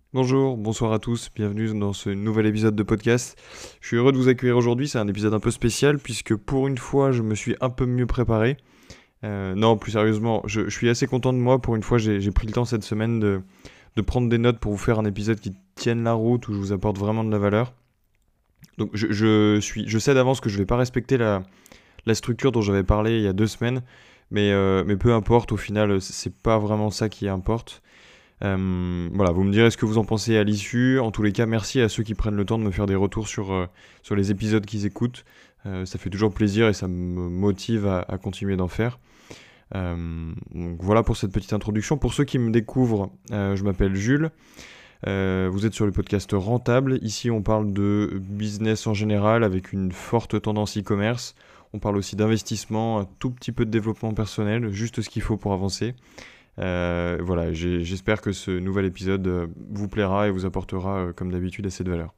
Bonjour, bonsoir à tous, bienvenue dans ce nouvel épisode de podcast. Je suis heureux de vous accueillir aujourd'hui, c'est un épisode un peu spécial puisque pour une fois je me suis un peu mieux préparé. Non, plus sérieusement, je suis assez content de moi, pour une fois j'ai pris le temps cette semaine de prendre des notes pour vous faire un épisode qui tienne la route, où je vous apporte vraiment de la valeur. Donc je sais d'avance que je vais pas respecter la structure dont j'avais parlé il y a 2 semaines, mais peu importe, au final c'est pas vraiment ça qui importe. Voilà, vous me direz ce que vous en pensez à l'issue. En tous les cas, merci à ceux qui prennent le temps de me faire des retours sur les épisodes qu'ils écoutent. Ça fait toujours plaisir et ça me motive à continuer d'en faire. Donc voilà pour cette petite introduction. Pour ceux qui me découvrent, je m'appelle Jules. Vous êtes sur le podcast Rentable. Ici, on parle de business en général avec une forte tendance e-commerce. On parle aussi d'investissement, un tout petit peu de développement personnel, juste ce qu'il faut pour avancer. Voilà, j'espère que ce nouvel épisode vous plaira et vous apportera, comme d'habitude, assez de valeur.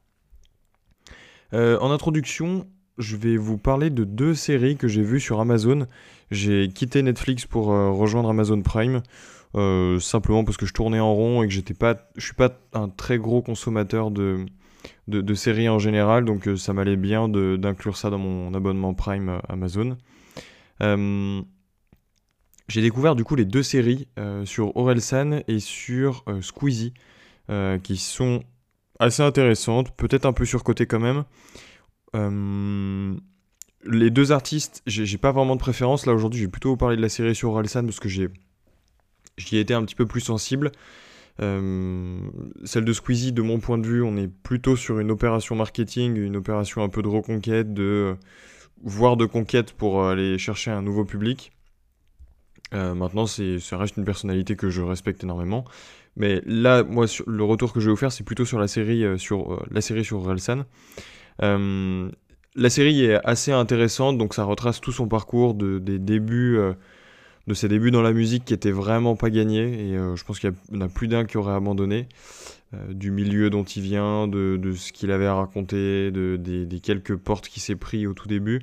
En introduction, je vais vous parler de 2 séries que j'ai vues sur Amazon. J'ai quitté Netflix pour rejoindre Amazon Prime, simplement parce que je tournais en rond et que je suis pas un très gros consommateur de séries en général, donc ça m'allait bien d'inclure ça dans mon abonnement Prime Amazon. Euh, j'ai découvert du coup les 2 séries sur Orelsan et sur Squeezie, qui sont assez intéressantes, peut-être un peu surcotées quand même. Euh, les 2 artistes, j'ai pas vraiment de préférence. Là aujourd'hui, je vais plutôt vous parler de la série sur Orelsan parce que j'y ai été un petit peu plus sensible. Celle de Squeezie, de mon point de vue, on est plutôt sur une opération marketing, une opération un peu de reconquête, voire de conquête pour aller chercher un nouveau public. Maintenant, ça reste une personnalité que je respecte énormément. Mais là, moi, le retour que je vais vous faire, c'est plutôt sur la série sur Orelsan. Euh, la série est assez intéressante, donc ça retrace tout son parcours des débuts, de ses débuts dans la musique qui étaient vraiment pas gagnés. Et je pense qu'il y en a plus d'un qui aurait abandonné, du milieu dont il vient, de ce qu'il avait à raconter, des quelques portes qu'il s'est pris au tout début.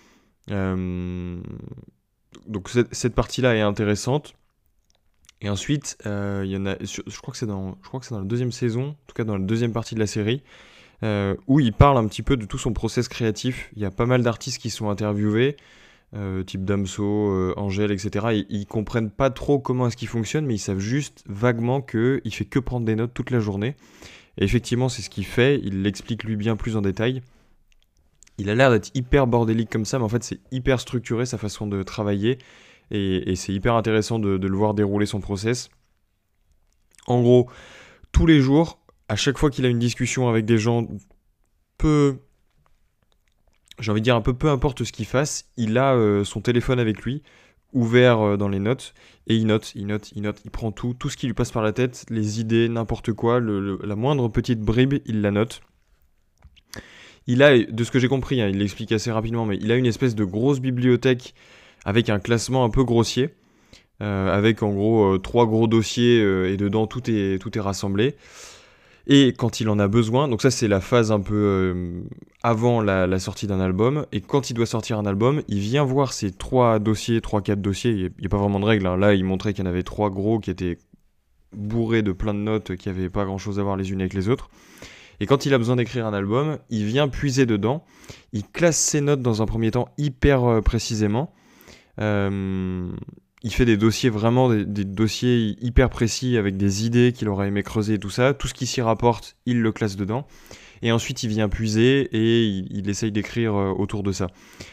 Euh, donc cette partie-là est intéressante. Et ensuite, il y en a, je crois que c'est dans la 2e saison, en tout cas dans la 2e partie de la série, où il parle un petit peu de tout son process créatif. Il y a pas mal d'artistes qui sont interviewés, type Damso, Angèle, etc. Et ils comprennent pas trop comment est-ce qu'il fonctionne, mais ils savent juste vaguement qu'il fait que prendre des notes toute la journée. Et effectivement, c'est ce qu'il fait. Il l'explique lui bien plus en détail. Il a l'air d'être hyper bordélique comme ça, mais en fait, c'est hyper structuré sa façon de travailler. Et c'est hyper intéressant de le voir dérouler son process. En gros, tous les jours, à chaque fois qu'il a une discussion avec des gens, peu, j'ai envie de dire un peu importe ce qu'il fasse, il a son téléphone avec lui, ouvert dans les notes, et il prend tout ce qui lui passe par la tête, les idées, n'importe quoi, la moindre petite bribe, il la note. Il a, de ce que j'ai compris, hein, il l'explique assez rapidement, mais il a une espèce de grosse bibliothèque avec un classement un peu grossier, avec en gros 3 gros dossiers, et dedans tout est rassemblé. Et quand il en a besoin, donc ça c'est la phase un peu avant la sortie d'un album, et quand il doit sortir un album, il vient voir ces 3 dossiers, 3, 4 dossiers, il n'y a pas vraiment de règle, hein. Là il montrait qu'il y en avait 3 gros qui étaient bourrés de plein de notes qui n'avaient pas grand chose à voir les unes avec les autres. Et quand il a besoin d'écrire un album, il vient puiser dedans, il classe ses notes dans un premier temps hyper précisément. Euh, il fait des dossiers vraiment, des dossiers hyper précis avec des idées qu'il aurait aimé creuser et tout ça. Tout ce qui s'y rapporte, il le classe dedans. Et ensuite, il vient puiser et il essaye d'écrire autour de ça.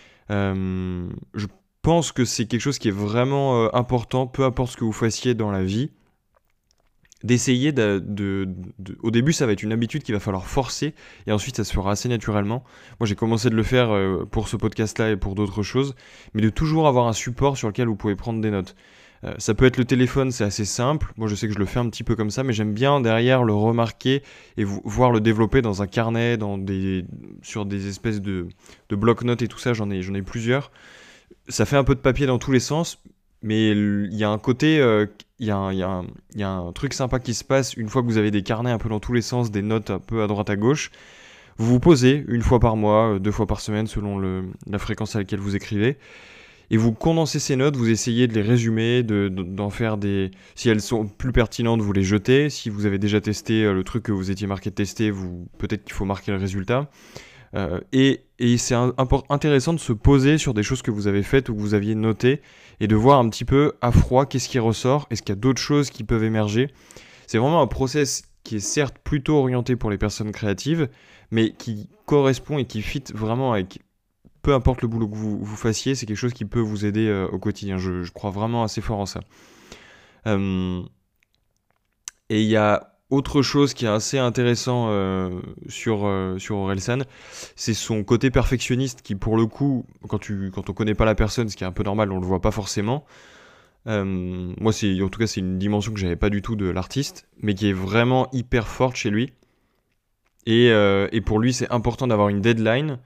Je pense que c'est quelque chose qui est vraiment important, peu importe ce que vous fassiez dans la vie, d'essayer au début ça va être une habitude qu'il va falloir forcer et ensuite ça se fera assez naturellement. Moi j'ai commencé de le faire pour ce podcast là et pour d'autres choses, mais de toujours avoir un support sur lequel vous pouvez prendre des notes. Ça peut être le téléphone, c'est assez simple, moi je sais que je le fais un petit peu comme ça, mais j'aime bien derrière le remarquer et voir le développer dans un carnet, sur des espèces de bloc-notes et tout ça, j'en ai plusieurs. Ça fait un peu de papier dans tous les sens, mais il y a un côté, il y a un truc sympa qui se passe une fois que vous avez des carnets un peu dans tous les sens, des notes un peu à droite à gauche. Vous vous posez une fois par mois, 2 fois par semaine selon la fréquence à laquelle vous écrivez, et vous condensez ces notes, vous essayez de les résumer, d'en faire des... Si elles sont plus pertinentes, vous les jetez. Si vous avez déjà testé le truc que vous étiez marqué de tester, peut-être qu'il faut marquer le résultat. Et c'est intéressant de se poser sur des choses que vous avez faites ou que vous aviez notées et de voir un petit peu à froid qu'est-ce qui ressort, est-ce qu'il y a d'autres choses qui peuvent émerger. C'est vraiment un process qui est certes plutôt orienté pour les personnes créatives, mais qui correspond et qui fit vraiment avec peu importe le boulot que vous fassiez, c'est quelque chose qui peut vous aider au quotidien. Je crois vraiment assez fort en ça. Et il y a autre chose qui est assez intéressant sur Orelsan, c'est son côté perfectionniste qui, pour le coup, quand on connaît pas la personne, ce qui est un peu normal, on le voit pas forcément. Moi, en tout cas, c'est une dimension que j'avais pas du tout de l'artiste, mais qui est vraiment hyper forte chez lui. Et pour lui, c'est important d'avoir une deadline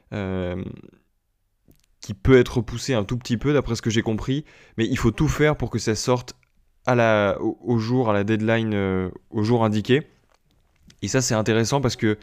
qui peut être repoussée un tout petit peu, d'après ce que j'ai compris, mais il faut tout faire pour que ça sorte au jour, à la deadline, au jour indiqué. Et ça, c'est intéressant parce que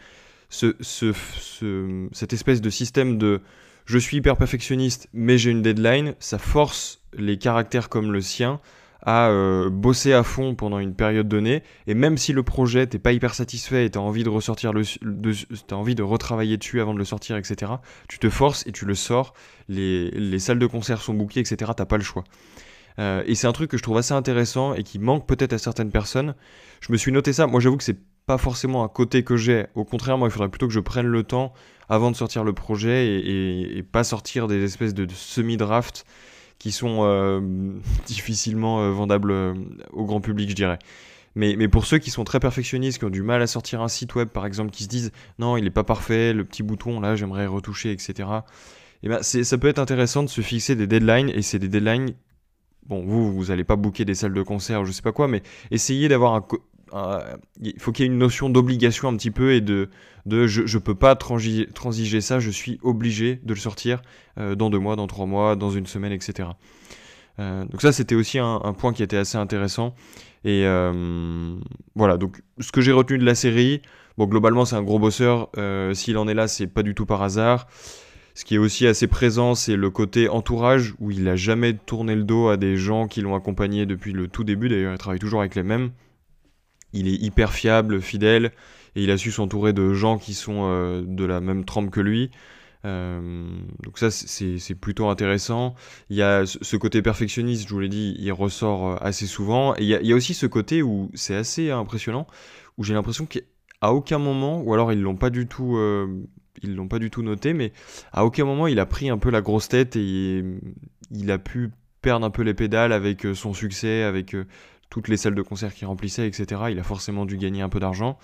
cette espèce de système de je suis hyper perfectionniste, mais j'ai une deadline, ça force les caractères comme le sien à bosser à fond pendant une période donnée. Et même si le projet, t'es pas hyper satisfait et t'as envie de ressortir t'as envie de retravailler dessus avant de le sortir, etc., tu te forces et tu le sors. Les salles de concert sont bookées, etc., t'as pas le choix. Et c'est un truc que je trouve assez intéressant et qui manque peut-être à certaines personnes. Je me suis noté ça. Moi, j'avoue que c'est pas forcément un côté que j'ai. Au contraire, moi, il faudrait plutôt que je prenne le temps avant de sortir le projet et pas sortir des espèces de semi-drafts qui sont difficilement vendables au grand public, je dirais. Mais pour ceux qui sont très perfectionnistes, qui ont du mal à sortir un site web, par exemple, qui se disent « Non, il n'est pas parfait, le petit bouton, là, j'aimerais retoucher, etc. » Et ben, ça peut être intéressant de se fixer des deadlines, et c'est des deadlines... Bon, vous allez pas booker des salles de concert ou je sais pas quoi, mais essayez d'avoir il faut qu'il y ait une notion d'obligation un petit peu et de je peux pas transiger ça, je suis obligé de le sortir dans 2 mois, dans 3 mois, dans une semaine, etc. Donc ça, c'était aussi un point qui était assez intéressant. Et voilà, donc ce que j'ai retenu de la série, bon, globalement, c'est un gros bosseur. S'il en est là, c'est pas du tout par hasard. Ce qui est aussi assez présent, c'est le côté entourage, où il n'a jamais tourné le dos à des gens qui l'ont accompagné depuis le tout début. D'ailleurs, il travaille toujours avec les mêmes. Il est hyper fiable, fidèle, et il a su s'entourer de gens qui sont de la même trempe que lui. Donc ça, c'est plutôt intéressant. Il y a ce côté perfectionniste, je vous l'ai dit, il ressort assez souvent. Et il y a aussi ce côté où c'est assez impressionnant, où j'ai l'impression qu'à aucun moment, ou alors ils l'ont pas du tout noté, mais à aucun moment il a pris un peu la grosse tête et il a pu perdre un peu les pédales avec son succès, avec toutes les salles de concert qu'il remplissait, etc. Il a forcément dû gagner un peu d'argent.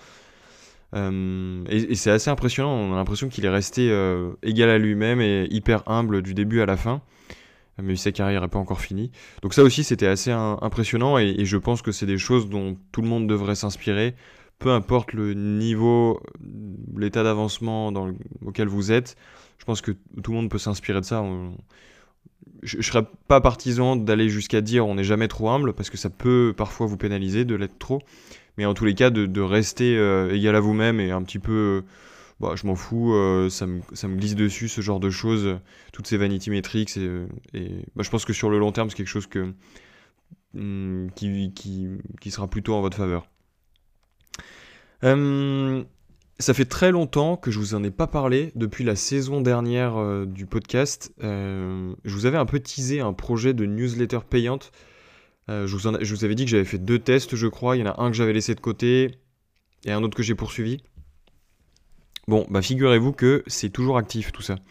Et c'est assez impressionnant, on a l'impression qu'il est resté égal à lui-même et hyper humble du début à la fin, mais sa carrière n'est pas encore finie. Donc ça aussi, c'était assez impressionnant et je pense que c'est des choses dont tout le monde devrait s'inspirer, peu importe le niveau, l'état d'avancement auquel vous êtes. Je pense que tout le monde peut s'inspirer de ça. Je ne serais pas partisan d'aller jusqu'à dire on n'est jamais trop humble, parce que ça peut parfois vous pénaliser de l'être trop. Mais en tous les cas, de rester égal à vous-même et un petit peu, je m'en fous, ça me glisse dessus, ce genre de choses, toutes ces vanity metrics. Je pense que sur le long terme, c'est quelque chose qui sera plutôt en votre faveur. Ça fait très longtemps que je vous en ai pas parlé, depuis la saison dernière du podcast. Je vous avais un peu teasé un projet de newsletter payante. Je vous avais dit que j'avais fait 2 tests, je crois. Il y en a un que j'avais laissé de côté et un autre que j'ai poursuivi. Bon, figurez-vous que c'est toujours actif tout ça.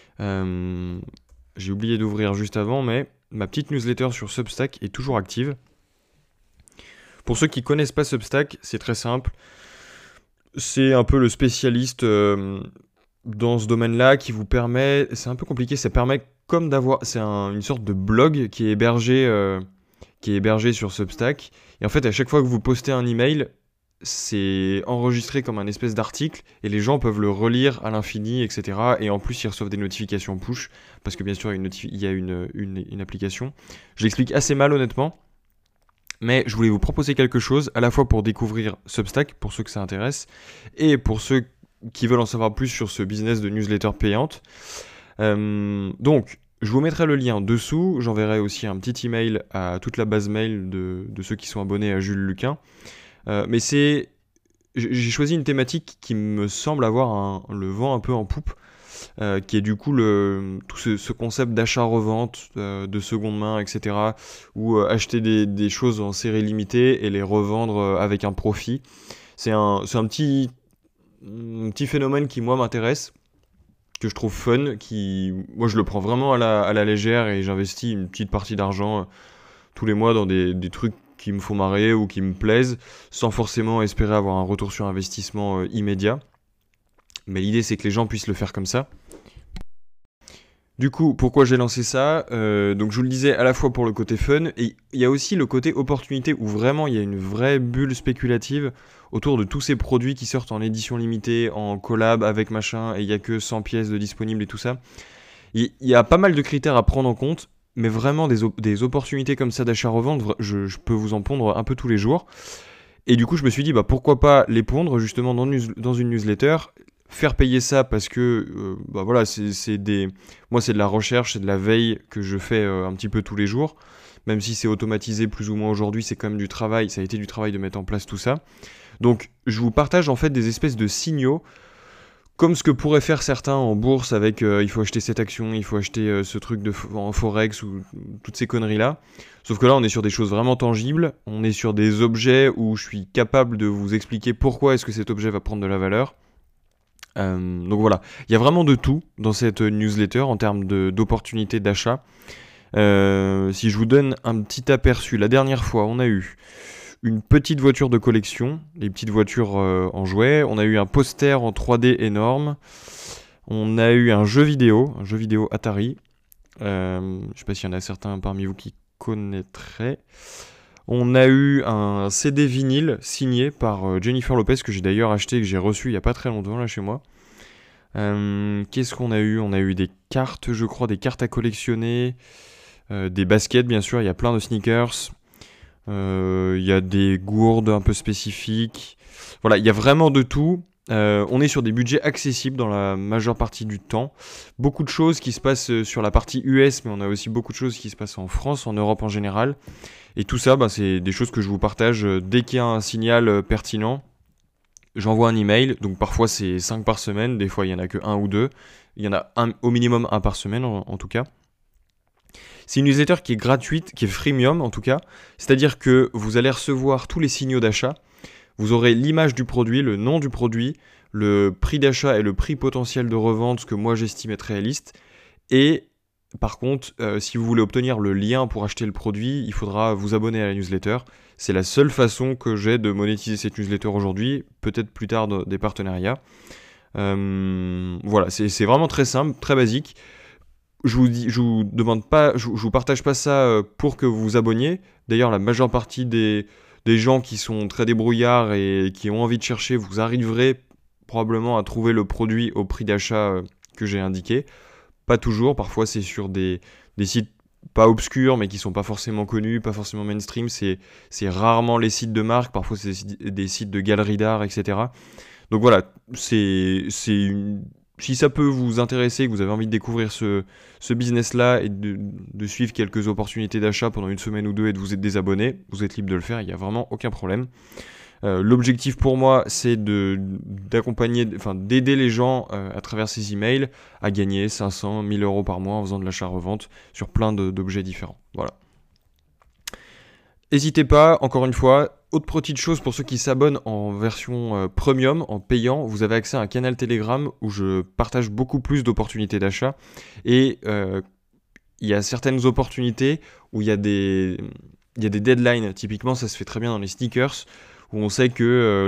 J'ai oublié d'ouvrir juste avant, mais ma petite newsletter sur Substack est toujours active. Pour ceux qui connaissent pas Substack, c'est très simple. C'est un peu le spécialiste dans ce domaine-là qui vous permet... C'est un peu compliqué, ça permet comme d'avoir... C'est une sorte de blog qui est hébergé sur Substack. Et en fait, à chaque fois que vous postez un email, c'est enregistré comme un espèce d'article et les gens peuvent le relire à l'infini, etc. Et en plus, ils reçoivent des notifications push parce que bien sûr, il y a une application. Je l'explique assez mal, honnêtement. Mais je voulais vous proposer quelque chose, à la fois pour découvrir Substack, pour ceux que ça intéresse, et pour ceux qui veulent en savoir plus sur ce business de newsletter payante. Donc, Je vous mettrai le lien en dessous, j'enverrai aussi un petit email à toute la base mail de ceux qui sont abonnés à Jules Luquin. Mais j'ai choisi une thématique qui me semble avoir le vent un peu en poupe, qui est du coup tout ce concept d'achat-revente, de seconde main, etc. Ou acheter des choses en série limitée et les revendre avec un profit. C'est un petit phénomène qui, moi, m'intéresse, que je trouve fun, moi, je le prends vraiment à la légère et j'investis une petite partie d'argent tous les mois dans des trucs qui me font marrer ou qui me plaisent, sans forcément espérer avoir un retour sur investissement immédiat. Mais l'idée, c'est que les gens puissent le faire comme ça. Du coup, pourquoi j'ai lancé ça? Donc je vous le disais, à la fois pour le côté fun, et il y a aussi le côté opportunité où vraiment il y a une vraie bulle spéculative autour de tous ces produits qui sortent en édition limitée, en collab avec machin, et il n'y a que 100 pièces de disponibles et tout ça. Il y a pas mal de critères à prendre en compte, mais vraiment des opportunités comme ça d'achat-revente, je peux vous en pondre un peu tous les jours. Et du coup, je me suis dit, pourquoi pas les pondre justement dans une newsletter, faire payer ça parce que, voilà, moi c'est de la recherche, c'est de la veille que je fais un petit peu tous les jours. Même si c'est automatisé plus ou moins aujourd'hui, c'est quand même du travail, ça a été du travail de mettre en place tout ça. Donc, je vous partage en fait des espèces de signaux, comme ce que pourraient faire certains en bourse avec il faut acheter cette action, il faut acheter ce truc en forex ou toutes ces conneries-là. Sauf que là, on est sur des choses vraiment tangibles, on est sur des objets où je suis capable de vous expliquer pourquoi est-ce que cet objet va prendre de la valeur. Donc voilà, il y a vraiment de tout dans cette newsletter en termes d'opportunités d'achat. Si je vous donne un petit aperçu, la dernière fois, on a eu une petite voiture de collection, les petites voitures en jouet. On a eu un poster en 3D énorme. On a eu un jeu vidéo Atari. Je ne sais pas s'il y en a certains parmi vous qui connaîtraient. On a eu un CD vinyle signé par Jennifer Lopez, que j'ai d'ailleurs acheté et que j'ai reçu il n'y a pas très longtemps là chez moi. Qu'est-ce qu'on a eu? On a eu des cartes, je crois, des cartes à collectionner, des baskets bien sûr, il y a plein de sneakers. Il y a des gourdes un peu spécifiques. Voilà, il y a vraiment de tout. On est sur des budgets accessibles dans la majeure partie du temps. Beaucoup de choses qui se passent sur la partie US, mais on a aussi beaucoup de choses qui se passent en France, en Europe en général. Et tout ça, c'est des choses que je vous partage dès qu'il y a un signal pertinent. J'envoie un email, donc parfois c'est 5 par semaine, des fois il n'y en a que 1 ou 2. Il y en a au minimum 1 par semaine en tout cas. C'est une newsletter qui est gratuite, qui est freemium en tout cas, c'est-à-dire que vous allez recevoir tous les signaux d'achat, vous aurez l'image du produit, le nom du produit, le prix d'achat et le prix potentiel de revente, ce que moi j'estime être réaliste, et par contre, si vous voulez obtenir le lien pour acheter le produit, il faudra vous abonner à la newsletter. C'est la seule façon que j'ai de monétiser cette newsletter aujourd'hui, peut-être plus tard des partenariats. Voilà, c'est vraiment très simple, très basique. Je vous partage pas ça pour que vous vous abonniez. D'ailleurs, la majeure partie des gens qui sont très débrouillards et qui ont envie de chercher, vous arriverez probablement à trouver le produit au prix d'achat que j'ai indiqué. Pas toujours, parfois c'est sur des sites pas obscurs mais qui sont pas forcément connus, pas forcément mainstream. C'est rarement les sites de marque, parfois c'est des sites de galeries d'art, etc. Donc voilà, si ça peut vous intéresser, que vous avez envie de découvrir ce business-là et de suivre quelques opportunités d'achat pendant une semaine ou deux et de vous être désabonné, vous êtes libre de le faire, il n'y a vraiment aucun problème. L'objectif pour moi, c'est d'aider les gens à travers ces emails à gagner 500, 1000 euros par mois en faisant de l'achat-revente sur plein d'objets différents. Voilà. N'hésitez pas, encore une fois, autre petite chose pour ceux qui s'abonnent en version premium, en payant, vous avez accès à un canal Telegram où je partage beaucoup plus d'opportunités d'achat et il y a certaines opportunités où il y a des deadlines. Typiquement, ça se fait très bien dans les sneakers où on sait que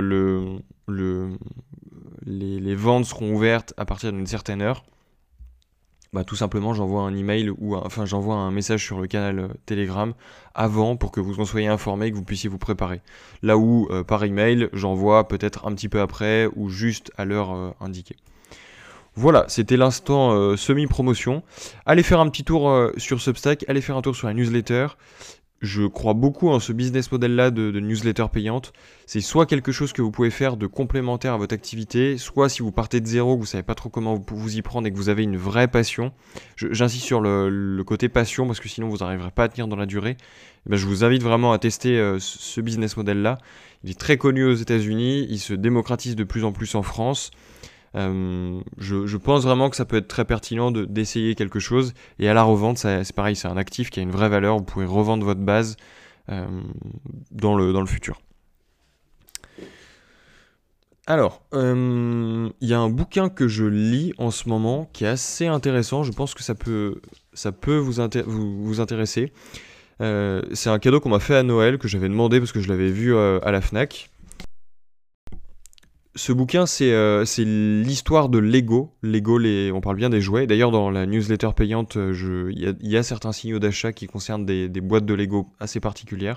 les ventes seront ouvertes à partir d'une certaine heure. Tout simplement, j'envoie un email j'envoie un message sur le canal Telegram avant pour que vous en soyez informés et que vous puissiez vous préparer. Là où, par email, j'envoie peut-être un petit peu après ou juste à l'heure indiquée. Voilà, c'était l'instant semi-promotion. Allez faire un petit tour sur Substack, allez faire un tour sur la newsletter. je crois beaucoup en ce business model-là de newsletter payante. C'est soit quelque chose que vous pouvez faire de complémentaire à votre activité, soit si vous partez de zéro, que vous savez pas trop comment vous y prendre et que vous avez une vraie passion. J'insiste sur le côté passion parce que sinon vous n'arriverez pas à tenir dans la durée. Eh ben, je vous invite vraiment à tester ce business model-là. Il est très connu aux États-Unis, il se démocratise de plus en plus en France. Je pense vraiment que ça peut être très pertinent d'essayer quelque chose. Et à la revente, c'est pareil, c'est un actif qui a une vraie valeur. Vous pouvez revendre votre base dans le futur. Alors, il y a un bouquin que je lis en ce moment qui est assez intéressant. Je pense que ça peut vous intéresser. C'est un cadeau qu'on m'a fait à Noël, que j'avais demandé parce que je l'avais vu à la Fnac. Ce bouquin, c'est l'histoire de Lego. Lego, on parle bien des jouets. D'ailleurs, dans la newsletter payante, il y a certains signaux d'achat qui concernent des boîtes de Lego assez particulières.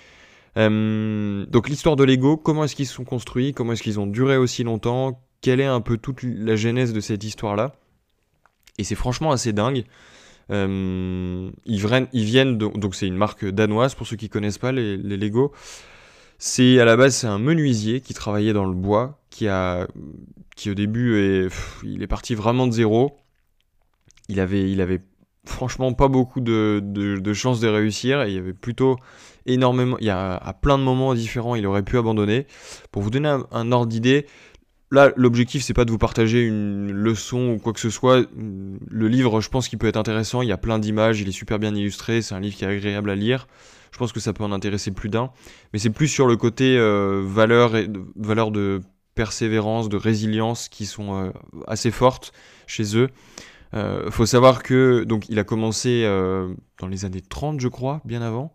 Donc l'histoire de Lego, comment est-ce qu'ils se sont construits, comment est-ce qu'ils ont duré aussi longtemps, quelle est un peu toute la genèse de cette histoire-là. Et c'est franchement assez dingue. Ils viennent donc c'est une marque danoise pour ceux qui connaissent pas les Lego. À la base, c'est un menuisier qui travaillait dans le bois, qui au début il est parti vraiment de zéro. Il avait franchement pas beaucoup de chances de réussir et il y avait plutôt énormément, à plein de moments différents, il aurait pu abandonner. Pour vous donner un ordre d'idée, là, l'objectif, c'est pas de vous partager une leçon ou quoi que ce soit. Le livre, je pense qu'il peut être intéressant. Il y a plein d'images, il est super bien illustré. C'est un livre qui est agréable à lire. Je pense que ça peut en intéresser plus d'un. Mais c'est plus sur le côté valeur de persévérance, de résilience qui sont assez fortes chez eux. Faut savoir que donc il a commencé dans les années 30, je crois, bien avant.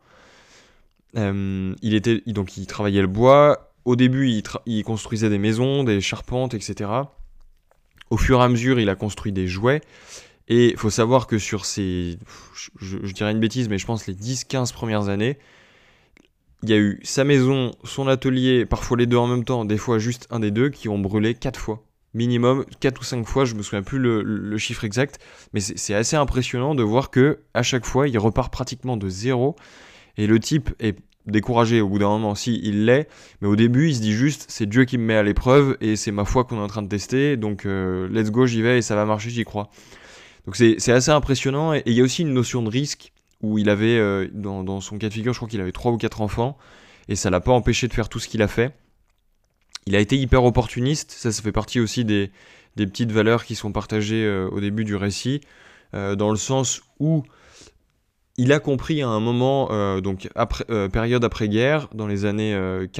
Il travaillait le bois. Au début, il construisait des maisons, des charpentes, etc. Au fur et à mesure, il a construit des jouets. Et il faut savoir que sur je dirais une bêtise, mais je pense les 10-15 premières années, il y a eu sa maison, son atelier, parfois les deux en même temps, des fois juste un des deux, qui ont brûlé 4 fois. Minimum 4 ou 5 fois, je me souviens plus le chiffre exact, mais c'est assez impressionnant de voir que à chaque fois, il repart pratiquement de zéro. Et le type est découragé au bout d'un moment, si il l'est, mais au début il se dit juste c'est Dieu qui me met à l'épreuve et c'est ma foi qu'on est en train de tester, donc let's go, j'y vais et ça va marcher, j'y crois. Donc c'est assez impressionnant et il y a aussi une notion de risque où il avait, dans son cas de figure, je crois qu'il avait 3 ou 4 enfants et ça l'a pas empêché de faire tout ce qu'il a fait. Il a été hyper opportuniste, ça fait partie aussi des petites valeurs qui sont partagées au début du récit, dans le sens où il a compris à un moment, donc période après-guerre, dans les années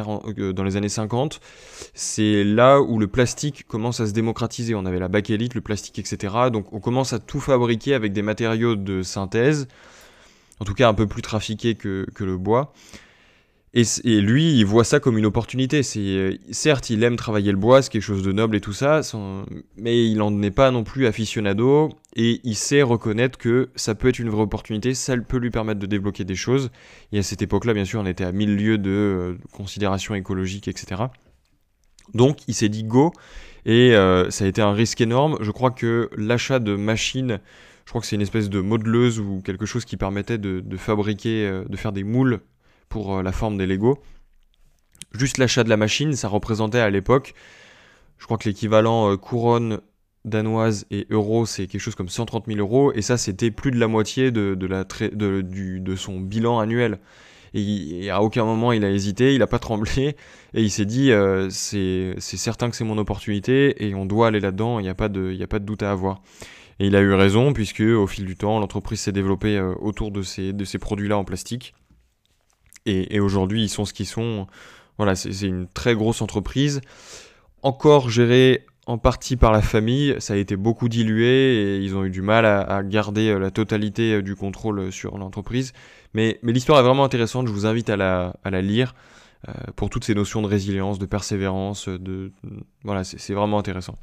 50, c'est là où le plastique commence à se démocratiser. On avait la bakélite, le plastique, etc. Donc on commence à tout fabriquer avec des matériaux de synthèse, en tout cas un peu plus trafiqués que le bois. Et lui, il voit ça comme une opportunité. Certes, il aime travailler le bois, c'est quelque chose de noble et tout ça, mais il n'en est pas non plus aficionado, et il sait reconnaître que ça peut être une vraie opportunité, ça peut lui permettre de débloquer des choses. Et à cette époque-là, bien sûr, on était à 1000 lieues de considérations écologiques, etc. Donc, il s'est dit go, et ça a été un risque énorme. Je crois que l'achat de machines, je crois que c'est une espèce de modeleuse ou quelque chose qui permettait de fabriquer, de faire des moules pour la forme des Lego. Juste l'achat de la machine, ça représentait à l'époque, je crois que l'équivalent couronne danoise et euro, c'est quelque chose comme 130 000 euros, et ça c'était plus de la moitié de son bilan annuel. Et à aucun moment il a hésité, il n'a pas tremblé, et il s'est dit c'est certain que c'est mon opportunité, et on doit aller là-dedans, il n'y a pas de doute à avoir. Et il a eu raison, puisque au fil du temps, l'entreprise s'est développée autour de ces produits-là en plastique. Et aujourd'hui, ils sont ce qu'ils sont. Voilà, c'est une très grosse entreprise. Encore gérée en partie par la famille, ça a été beaucoup dilué et ils ont eu du mal à garder la totalité du contrôle sur l'entreprise. Mais l'histoire est vraiment intéressante, je vous invite à la lire pour toutes ces notions de résilience, de persévérance. Voilà, c'est vraiment intéressant.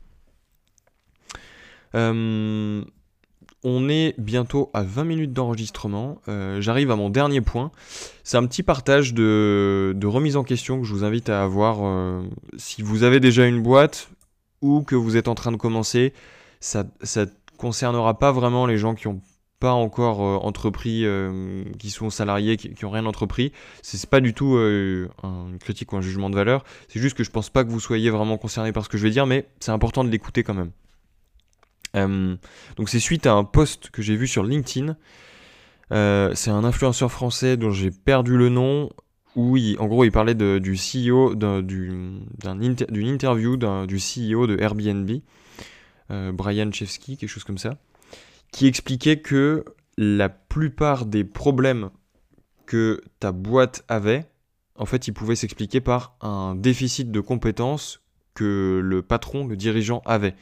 On est bientôt à 20 minutes d'enregistrement. J'arrive à mon dernier point. C'est un petit partage de remise en question que je vous invite à avoir. Si vous avez déjà une boîte ou que vous êtes en train de commencer, ça ne concernera pas vraiment les gens qui ont pas encore entrepris, qui sont salariés, qui ont rien entrepris. C'est pas du tout une critique ou un jugement de valeur. C'est juste que je pense pas que vous soyez vraiment concerné par ce que je vais dire, mais c'est important de l'écouter quand même. Donc c'est suite à un post que j'ai vu sur LinkedIn. C'est un influenceur français dont j'ai perdu le nom, où en gros il parlait du CEO, d'une interview du CEO de Airbnb, Brian Chesky, quelque chose comme ça, qui expliquait que la plupart des problèmes que ta boîte avait, en fait, ils pouvaient s'expliquer par un déficit de compétences que le patron, le dirigeant avait.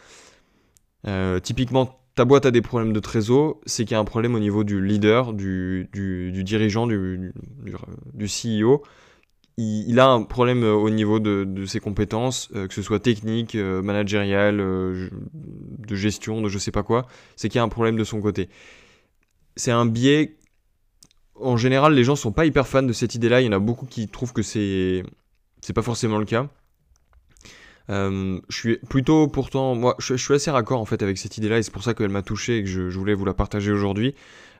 Typiquement, ta boîte a des problèmes de trésor, c'est qu'il y a un problème au niveau du leader, du dirigeant, du CEO. Il a un problème au niveau de ses compétences, que ce soit technique, managériale, de gestion, de je sais pas quoi. C'est qu'il y a un problème de son côté. C'est un biais. En général, les gens sont pas hyper fans de cette idée-là. Il y en a beaucoup qui trouvent que c'est pas forcément le cas. Je suis plutôt pourtant, moi, je suis assez raccord en fait avec cette idée-là et c'est pour ça qu'elle m'a touché et que je voulais vous la partager aujourd'hui.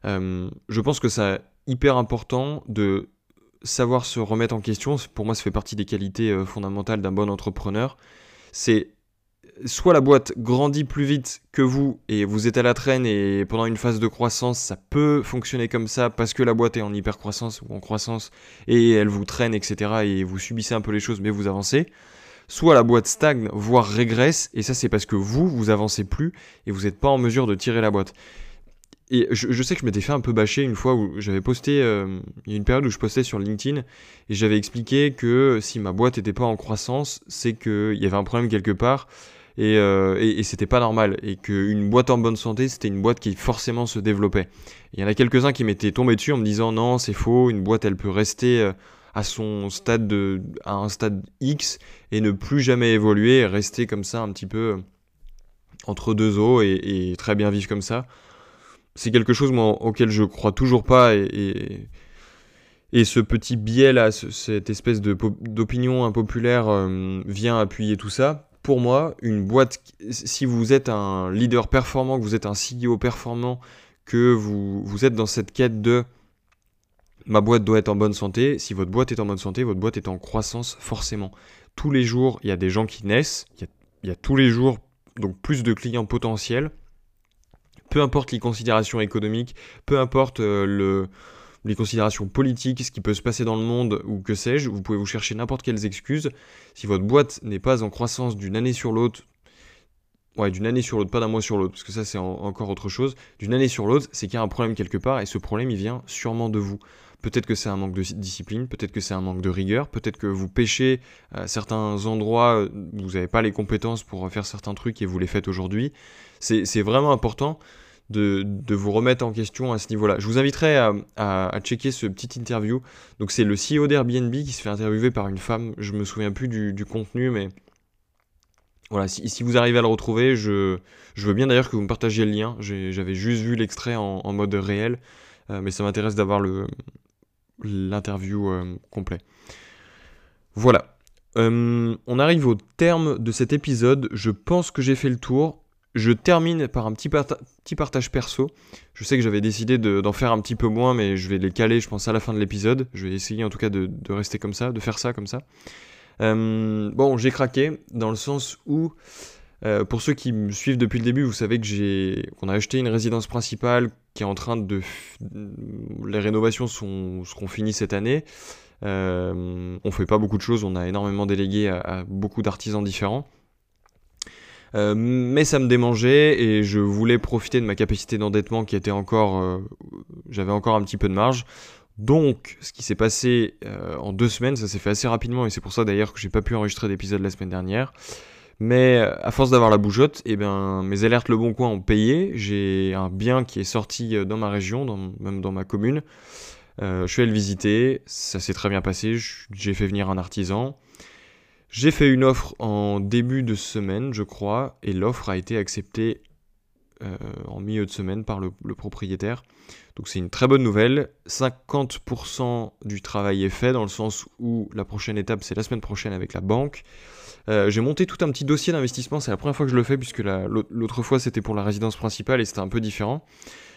Je pense que c'est hyper important de savoir se remettre en question. Pour moi, ça fait partie des qualités fondamentales d'un bon entrepreneur. C'est soit la boîte grandit plus vite que vous et vous êtes à la traîne et pendant une phase de croissance, ça peut fonctionner comme ça parce que la boîte est en hyper croissance ou en croissance et elle vous traîne, etc. et vous subissez un peu les choses mais vous avancez. Soit la boîte stagne, voire régresse, et ça c'est parce que vous avancez plus et vous n'êtes pas en mesure de tirer la boîte. Et je sais que je m'étais fait un peu bâcher une fois où j'avais posté, il y a une période où je postais sur LinkedIn et j'avais expliqué que si ma boîte n'était pas en croissance, c'est qu'il y avait un problème quelque part et c'était pas normal. Et qu'une boîte en bonne santé, c'était une boîte qui forcément se développait. Il y en a quelques-uns qui m'étaient tombés dessus en me disant non, c'est faux, une boîte elle peut rester à son stade à un stade X et ne plus jamais évoluer et rester comme ça un petit peu entre deux eaux et très bien vivre comme ça. C'est quelque chose moi, auquel je crois toujours pas et ce petit biais là, cette espèce d'opinion impopulaire vient appuyer tout ça. Pour moi, une boîte, si vous êtes un leader performant, que vous êtes un CEO performant, que vous êtes dans cette quête de ma boîte doit être en bonne santé. Si votre boîte est en bonne santé, votre boîte est en croissance forcément. Tous les jours, il y a des gens qui naissent. Il y a tous les jours donc plus de clients potentiels. Peu importe les considérations économiques, peu importe les considérations politiques, ce qui peut se passer dans le monde ou que sais-je, vous pouvez vous chercher n'importe quelles excuses. Si votre boîte n'est pas en croissance d'une année sur l'autre, pas d'un mois sur l'autre, parce que ça c'est encore autre chose, d'une année sur l'autre, c'est qu'il y a un problème quelque part et ce problème il vient sûrement de vous. Peut-être que c'est un manque de discipline, peut-être que c'est un manque de rigueur, peut-être que vous pêchez à certains endroits, vous n'avez pas les compétences pour faire certains trucs et vous les faites aujourd'hui. C'est vraiment important de vous remettre en question à ce niveau-là. Je vous inviterai à checker ce petit interview. Donc c'est le CEO d'Airbnb qui se fait interviewer par une femme. Je me souviens plus du contenu, mais voilà, si vous arrivez à le retrouver, je veux bien d'ailleurs que vous me partagiez le lien. J'avais juste vu l'extrait en mode réel, mais ça m'intéresse d'avoir l'interview complet. Voilà. On arrive au terme de cet épisode. Je pense que j'ai fait le tour. Je termine par un petit partage perso. Je sais que j'avais décidé d'en faire un petit peu moins, mais je vais les caler, je pense, à la fin de l'épisode. Je vais essayer en tout cas de rester comme ça, de faire ça comme ça. Bon, j'ai craqué dans le sens où, pour ceux qui me suivent depuis le début, vous savez qu'on a acheté une résidence principale qui est en train les rénovations seront finies cette année. On fait pas beaucoup de choses, on a énormément délégué à beaucoup d'artisans différents. Mais ça me démangeait et je voulais profiter de ma capacité d'endettement qui était j'avais encore un petit peu de marge. Donc, ce qui s'est passé en 2 semaines, ça s'est fait assez rapidement et c'est pour ça d'ailleurs que j'ai pas pu enregistrer d'épisode la semaine dernière. Mais à force d'avoir la bougeotte, mes alertes Le Bon Coin ont payé. J'ai un bien qui est sorti dans ma région, même dans ma commune. Je suis allé le visiter, ça s'est très bien passé. J'ai fait venir un artisan. J'ai fait une offre en début de semaine, je crois, et l'offre a été acceptée en milieu de semaine par le propriétaire. Donc c'est une très bonne nouvelle. 50% du travail est fait, dans le sens où la prochaine étape, c'est la semaine prochaine avec la banque. J'ai monté tout un petit dossier d'investissement, c'est la première fois que je le fais, puisque l'autre fois c'était pour la résidence principale et c'était un peu différent.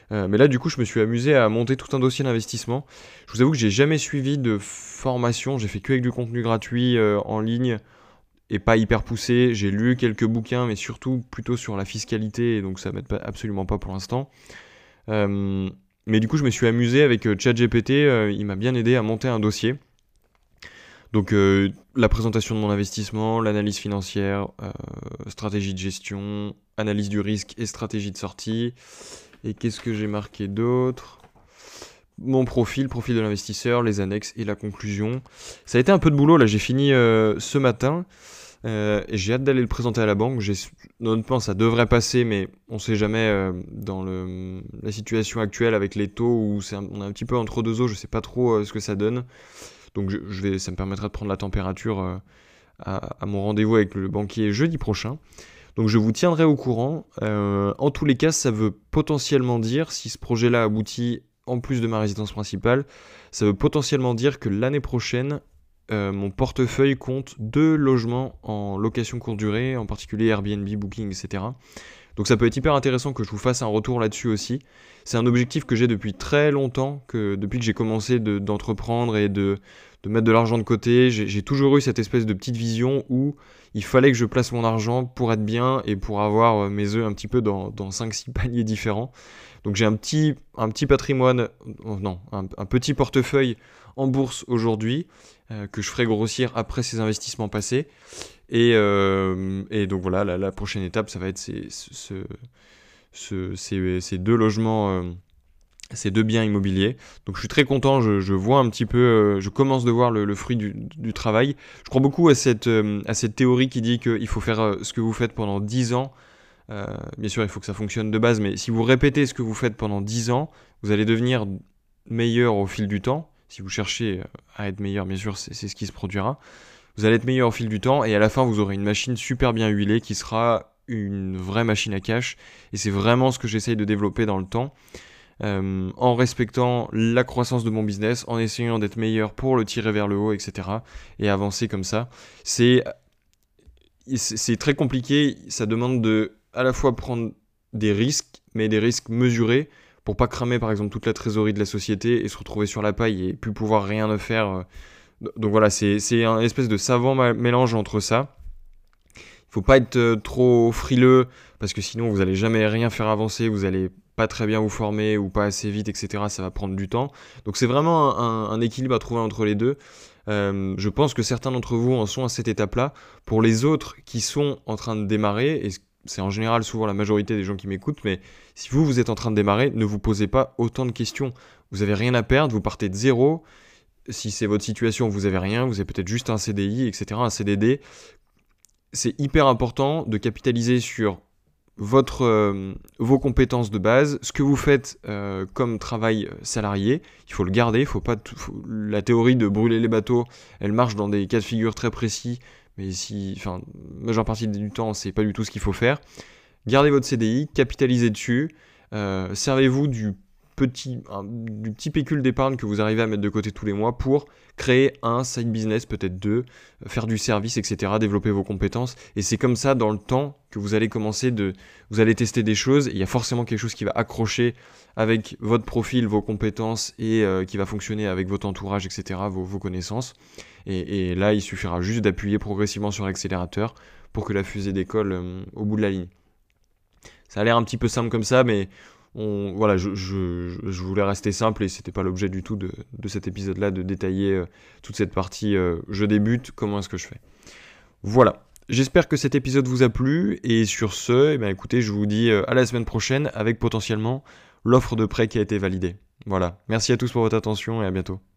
Mais là, du coup, je me suis amusé à monter tout un dossier d'investissement. Je vous avoue que j'ai jamais suivi de formation. J'ai fait que avec du contenu gratuit en ligne et pas hyper poussé. J'ai lu quelques bouquins, mais surtout plutôt sur la fiscalité, et donc ça m'aide absolument pas pour l'instant. Euh, mais du coup, je me suis amusé avec ChatGPT. Il m'a bien aidé à monter un dossier. Donc la présentation de mon investissement, l'analyse financière, stratégie de gestion, analyse du risque et stratégie de sortie. Et qu'est-ce que j'ai marqué d'autre? Mon profil de l'investisseur, les annexes et la conclusion. Ça a été un peu de boulot, là j'ai fini ce matin. Et j'ai hâte d'aller le présenter à la banque. Honnêtement, ça devrait passer, mais on sait jamais dans la situation actuelle avec les taux où on est un petit peu entre deux eaux, je sais pas trop ce que ça donne. Donc ça me permettra de prendre la température à mon rendez-vous avec le banquier jeudi prochain. Donc je vous tiendrai au courant. En tous les cas, ça veut potentiellement dire, si ce projet-là aboutit en plus de ma résidence principale, ça veut potentiellement dire que l'année prochaine, mon portefeuille compte 2 logements en location courte durée, en particulier Airbnb, Booking, etc. Donc ça peut être hyper intéressant que je vous fasse un retour là-dessus aussi. C'est un objectif que j'ai depuis très longtemps, depuis que j'ai commencé d'entreprendre et de mettre de l'argent de côté. J'ai toujours eu cette espèce de petite vision où il fallait que je place mon argent pour être bien et pour avoir mes œufs un petit peu dans 5-6 paniers différents. Donc j'ai un petit patrimoine, non, un petit portefeuille en bourse aujourd'hui que je ferai grossir après ces investissements passés. Et donc voilà, la prochaine étape, ça va être ces 2 logements, ces 2 biens immobiliers. Donc je suis très content, je vois un petit peu, je commence de voir le fruit du travail. Je crois beaucoup à cette théorie qui dit qu'il faut faire ce que vous faites pendant 10 ans. Bien sûr, il faut que ça fonctionne de base, mais si vous répétez ce que vous faites pendant 10 ans, vous allez devenir meilleur au fil du temps. Si vous cherchez à être meilleur, bien sûr, c'est ce qui se produira. Vous allez être meilleur au fil du temps et à la fin, vous aurez une machine super bien huilée qui sera une vraie machine à cash. Et c'est vraiment ce que j'essaye de développer dans le temps, en respectant la croissance de mon business, en essayant d'être meilleur pour le tirer vers le haut, etc. Et avancer comme ça. C'est très compliqué, ça demande de à la fois prendre des risques, mais des risques mesurés, pour pas cramer par exemple toute la trésorerie de la société et se retrouver sur la paille et plus pouvoir rien ne faire. Donc voilà, c'est un espèce de savant mélange entre ça. Il faut pas être trop frileux, parce que sinon vous allez jamais rien faire avancer, vous allez pas très bien vous former ou pas assez vite, etc. Ça va prendre du temps. Donc c'est vraiment un équilibre à trouver entre les deux. Je pense que certains d'entre vous en sont à cette étape-là. Pour les autres qui sont en train de démarrer, et c'est en général souvent la majorité des gens qui m'écoutent, mais si vous êtes en train de démarrer, ne vous posez pas autant de questions. Vous avez rien à perdre, vous partez de zéro. Si c'est votre situation, vous avez rien, vous avez peut-être juste un CDI, etc., un CDD. C'est hyper important de capitaliser sur vos compétences de base, ce que vous faites comme travail salarié. Il faut le garder, la théorie de brûler les bateaux, elle marche dans des cas de figure très précis, mais la majeure partie du temps, c'est pas du tout ce qu'il faut faire. Gardez votre CDI, capitalisez dessus, servez-vous du petit pécule d'épargne que vous arrivez à mettre de côté tous les mois pour créer un side business, peut-être 2, faire du service, etc., développer vos compétences. Et c'est comme ça, dans le temps, que vous allez vous allez tester des choses, et il y a forcément quelque chose qui va accrocher avec votre profil, vos compétences, et qui va fonctionner avec votre entourage, etc., vos connaissances. Et là, il suffira juste d'appuyer progressivement sur l'accélérateur pour que la fusée décolle au bout de la ligne. Ça a l'air un petit peu simple comme ça, mais voilà, je voulais rester simple et c'était pas l'objet du tout de cet épisode-là de détailler toute cette partie je débute, comment est-ce que je fais. Voilà, j'espère que cet épisode vous a plu et sur ce, écoutez, je vous dis à la semaine prochaine avec potentiellement l'offre de prêt qui a été validée. Voilà, merci à tous pour votre attention et à bientôt.